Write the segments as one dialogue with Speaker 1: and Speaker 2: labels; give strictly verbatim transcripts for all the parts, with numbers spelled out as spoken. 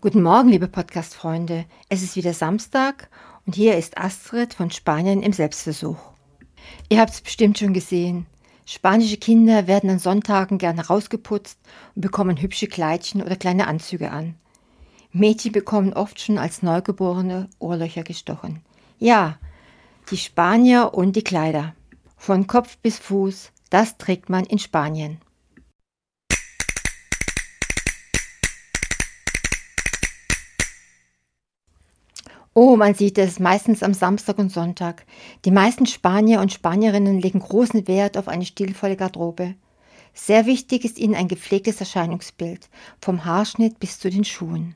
Speaker 1: Guten Morgen, liebe Podcast-Freunde. Es ist wieder Samstag und hier ist Astrid von Spanien im Selbstversuch. Ihr habt es bestimmt schon gesehen. Spanische Kinder werden an Sonntagen gerne rausgeputzt und bekommen hübsche Kleidchen oder kleine Anzüge an. Mädchen bekommen oft schon als Neugeborene Ohrlöcher gestochen. Ja, die Spanier und die Kleider. Von Kopf bis Fuß, das trägt man in Spanien. Oh, man sieht es meistens am Samstag und Sonntag. Die meisten Spanier und Spanierinnen legen großen Wert auf eine stilvolle Garderobe. Sehr wichtig ist ihnen ein gepflegtes Erscheinungsbild, vom Haarschnitt bis zu den Schuhen.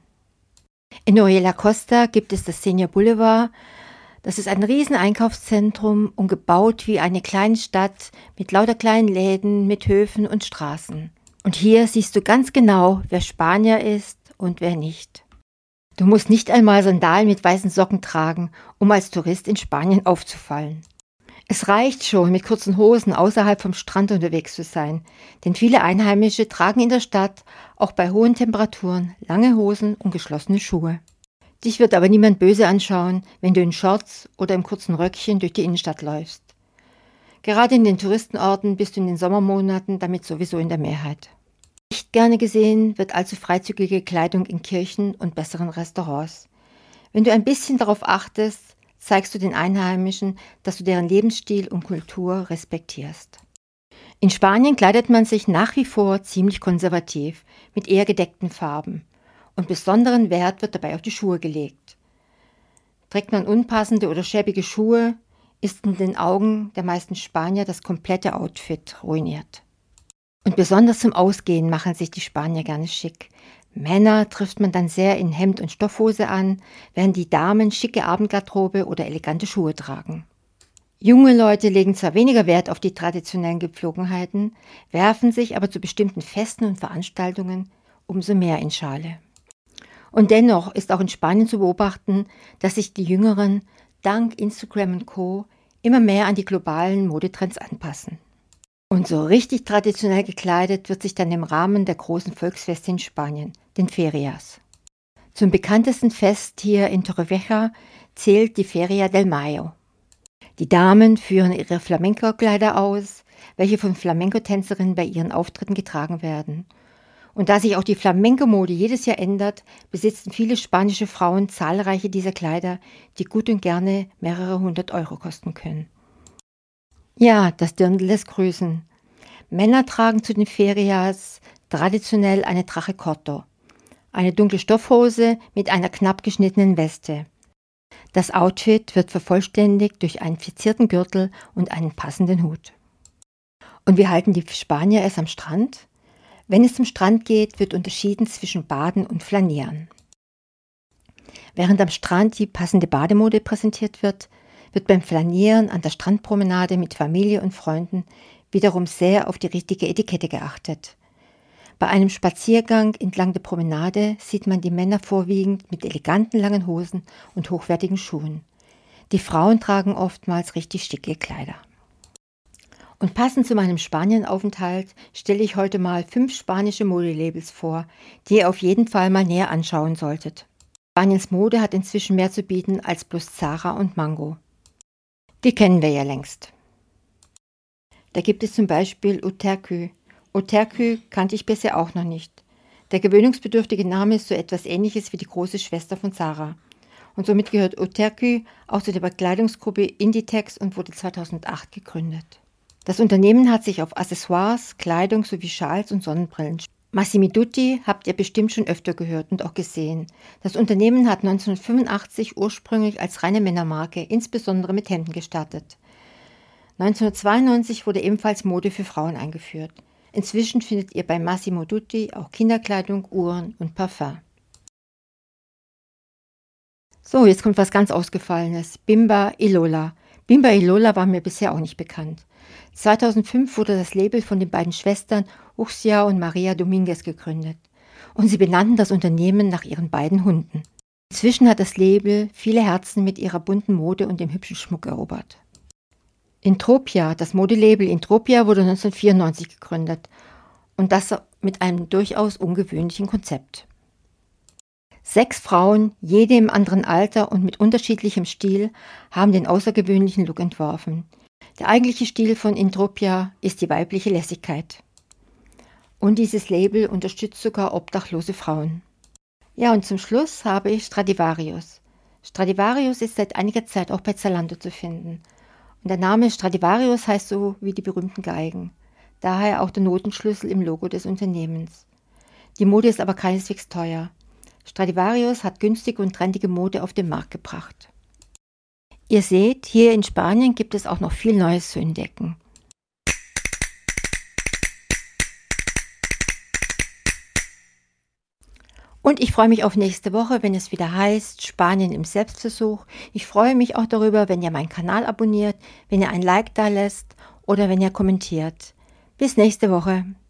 Speaker 1: In Orihuela Costa gibt es das Senior Boulevard. Das ist ein riesen Einkaufszentrum, umgebaut wie eine kleine Stadt mit lauter kleinen Läden, mit Höfen und Straßen. Und hier siehst du ganz genau, wer Spanier ist und wer nicht. Du musst nicht einmal Sandalen mit weißen Socken tragen, um als Tourist in Spanien aufzufallen. Es reicht schon, mit kurzen Hosen außerhalb vom Strand unterwegs zu sein, denn viele Einheimische tragen in der Stadt, auch bei hohen Temperaturen, lange Hosen und geschlossene Schuhe. Dich wird aber niemand böse anschauen, wenn du in Shorts oder im kurzen Röckchen durch die Innenstadt läufst. Gerade in den Touristenorten bist du in den Sommermonaten damit sowieso in der Mehrheit. Nicht gerne gesehen wird allzu freizügige Kleidung in Kirchen und besseren Restaurants. Wenn du ein bisschen darauf achtest, zeigst du den Einheimischen, dass du deren Lebensstil und Kultur respektierst. In Spanien kleidet man sich nach wie vor ziemlich konservativ, mit eher gedeckten Farben. Und besonderen Wert wird dabei auf die Schuhe gelegt. Trägt man unpassende oder schäbige Schuhe, ist in den Augen der meisten Spanier das komplette Outfit ruiniert. Und besonders zum Ausgehen machen sich die Spanier gerne schick. Männer trifft man dann sehr in Hemd und Stoffhose an, während die Damen schicke Abendgarderobe oder elegante Schuhe tragen. Junge Leute legen zwar weniger Wert auf die traditionellen Gepflogenheiten, werfen sich aber zu bestimmten Festen und Veranstaltungen umso mehr in Schale. Und dennoch ist auch in Spanien zu beobachten, dass sich die Jüngeren dank Instagram und Co. immer mehr an die globalen Modetrends anpassen. Und so richtig traditionell gekleidet wird sich dann im Rahmen der großen Volksfeste in Spanien, den Ferias. Zum bekanntesten Fest hier in Torrevieja zählt die Feria del Mayo. Die Damen führen ihre Flamenco-Kleider aus, welche von Flamenco-Tänzerinnen bei ihren Auftritten getragen werden. Und da sich auch die Flamenco-Mode jedes Jahr ändert, besitzen viele spanische Frauen zahlreiche dieser Kleider, die gut und gerne mehrere hundert Euro kosten können. Ja, das Dirndl lässt grüßen. Männer tragen zu den Ferias traditionell eine Traje corto, eine dunkle Stoffhose mit einer knapp geschnittenen Weste. Das Outfit wird vervollständigt durch einen verzierten Gürtel und einen passenden Hut. Und wie halten die Spanier es am Strand? Wenn es zum Strand geht, wird unterschieden zwischen Baden und Flanieren. Während am Strand die passende Bademode präsentiert wird, wird beim Flanieren an der Strandpromenade mit Familie und Freunden wiederum sehr auf die richtige Etikette geachtet. Bei einem Spaziergang entlang der Promenade sieht man die Männer vorwiegend mit eleganten langen Hosen und hochwertigen Schuhen. Die Frauen tragen oftmals richtig schicke Kleider. Und passend zu meinem Spanienaufenthalt stelle ich heute mal fünf spanische Modelabels vor, die ihr auf jeden Fall mal näher anschauen solltet. Spaniens Mode hat inzwischen mehr zu bieten als bloß Zara und Mango. Die kennen wir ja längst. Da gibt es zum Beispiel Uterqüe. Uterqüe kannte ich bisher auch noch nicht. Der gewöhnungsbedürftige Name ist so etwas Ähnliches wie die große Schwester von Zara. Und somit gehört Uterqüe auch zu der Bekleidungsgruppe Inditex und wurde zweitausendacht gegründet. Das Unternehmen hat sich auf Accessoires, Kleidung sowie Schals und Sonnenbrillen. Massimo Dutti habt ihr bestimmt schon öfter gehört und auch gesehen. Das Unternehmen hat neunzehnhundertfünfundachtzig ursprünglich als reine Männermarke, insbesondere mit Hemden gestartet. neunzehnhundertzweiundneunzig wurde ebenfalls Mode für Frauen eingeführt. Inzwischen findet ihr bei Massimo Dutti auch Kinderkleidung, Uhren und Parfum. So, jetzt kommt was ganz Ausgefallenes. Bimba y Lola. Bimba y Lola war mir bisher auch nicht bekannt. zweitausendfünf wurde das Label von den beiden Schwestern Uxia und Maria Dominguez gegründet. Und sie benannten das Unternehmen nach ihren beiden Hunden. Inzwischen hat das Label viele Herzen mit ihrer bunten Mode und dem hübschen Schmuck erobert. Intropia, das Modelabel Intropia wurde neunzehnhundertvierundneunzig gegründet und das mit einem durchaus ungewöhnlichen Konzept. Sechs Frauen, jede im anderen Alter und mit unterschiedlichem Stil, haben den außergewöhnlichen Look entworfen. Der eigentliche Stil von Entropia ist die weibliche Lässigkeit. Und dieses Label unterstützt sogar obdachlose Frauen. Ja, und zum Schluss habe ich Stradivarius. Stradivarius ist seit einiger Zeit auch bei Zalando zu finden. Und der Name Stradivarius heißt so wie die berühmten Geigen. Daher auch der Notenschlüssel im Logo des Unternehmens. Die Mode ist aber keineswegs teuer. Stradivarius hat günstige und trendige Mode auf den Markt gebracht. Ihr seht, hier in Spanien gibt es auch noch viel Neues zu entdecken. Und ich freue mich auf nächste Woche, wenn es wieder heißt Spanien im Selbstversuch. Ich freue mich auch darüber, wenn ihr meinen Kanal abonniert, wenn ihr ein Like da lässt oder wenn ihr kommentiert. Bis nächste Woche.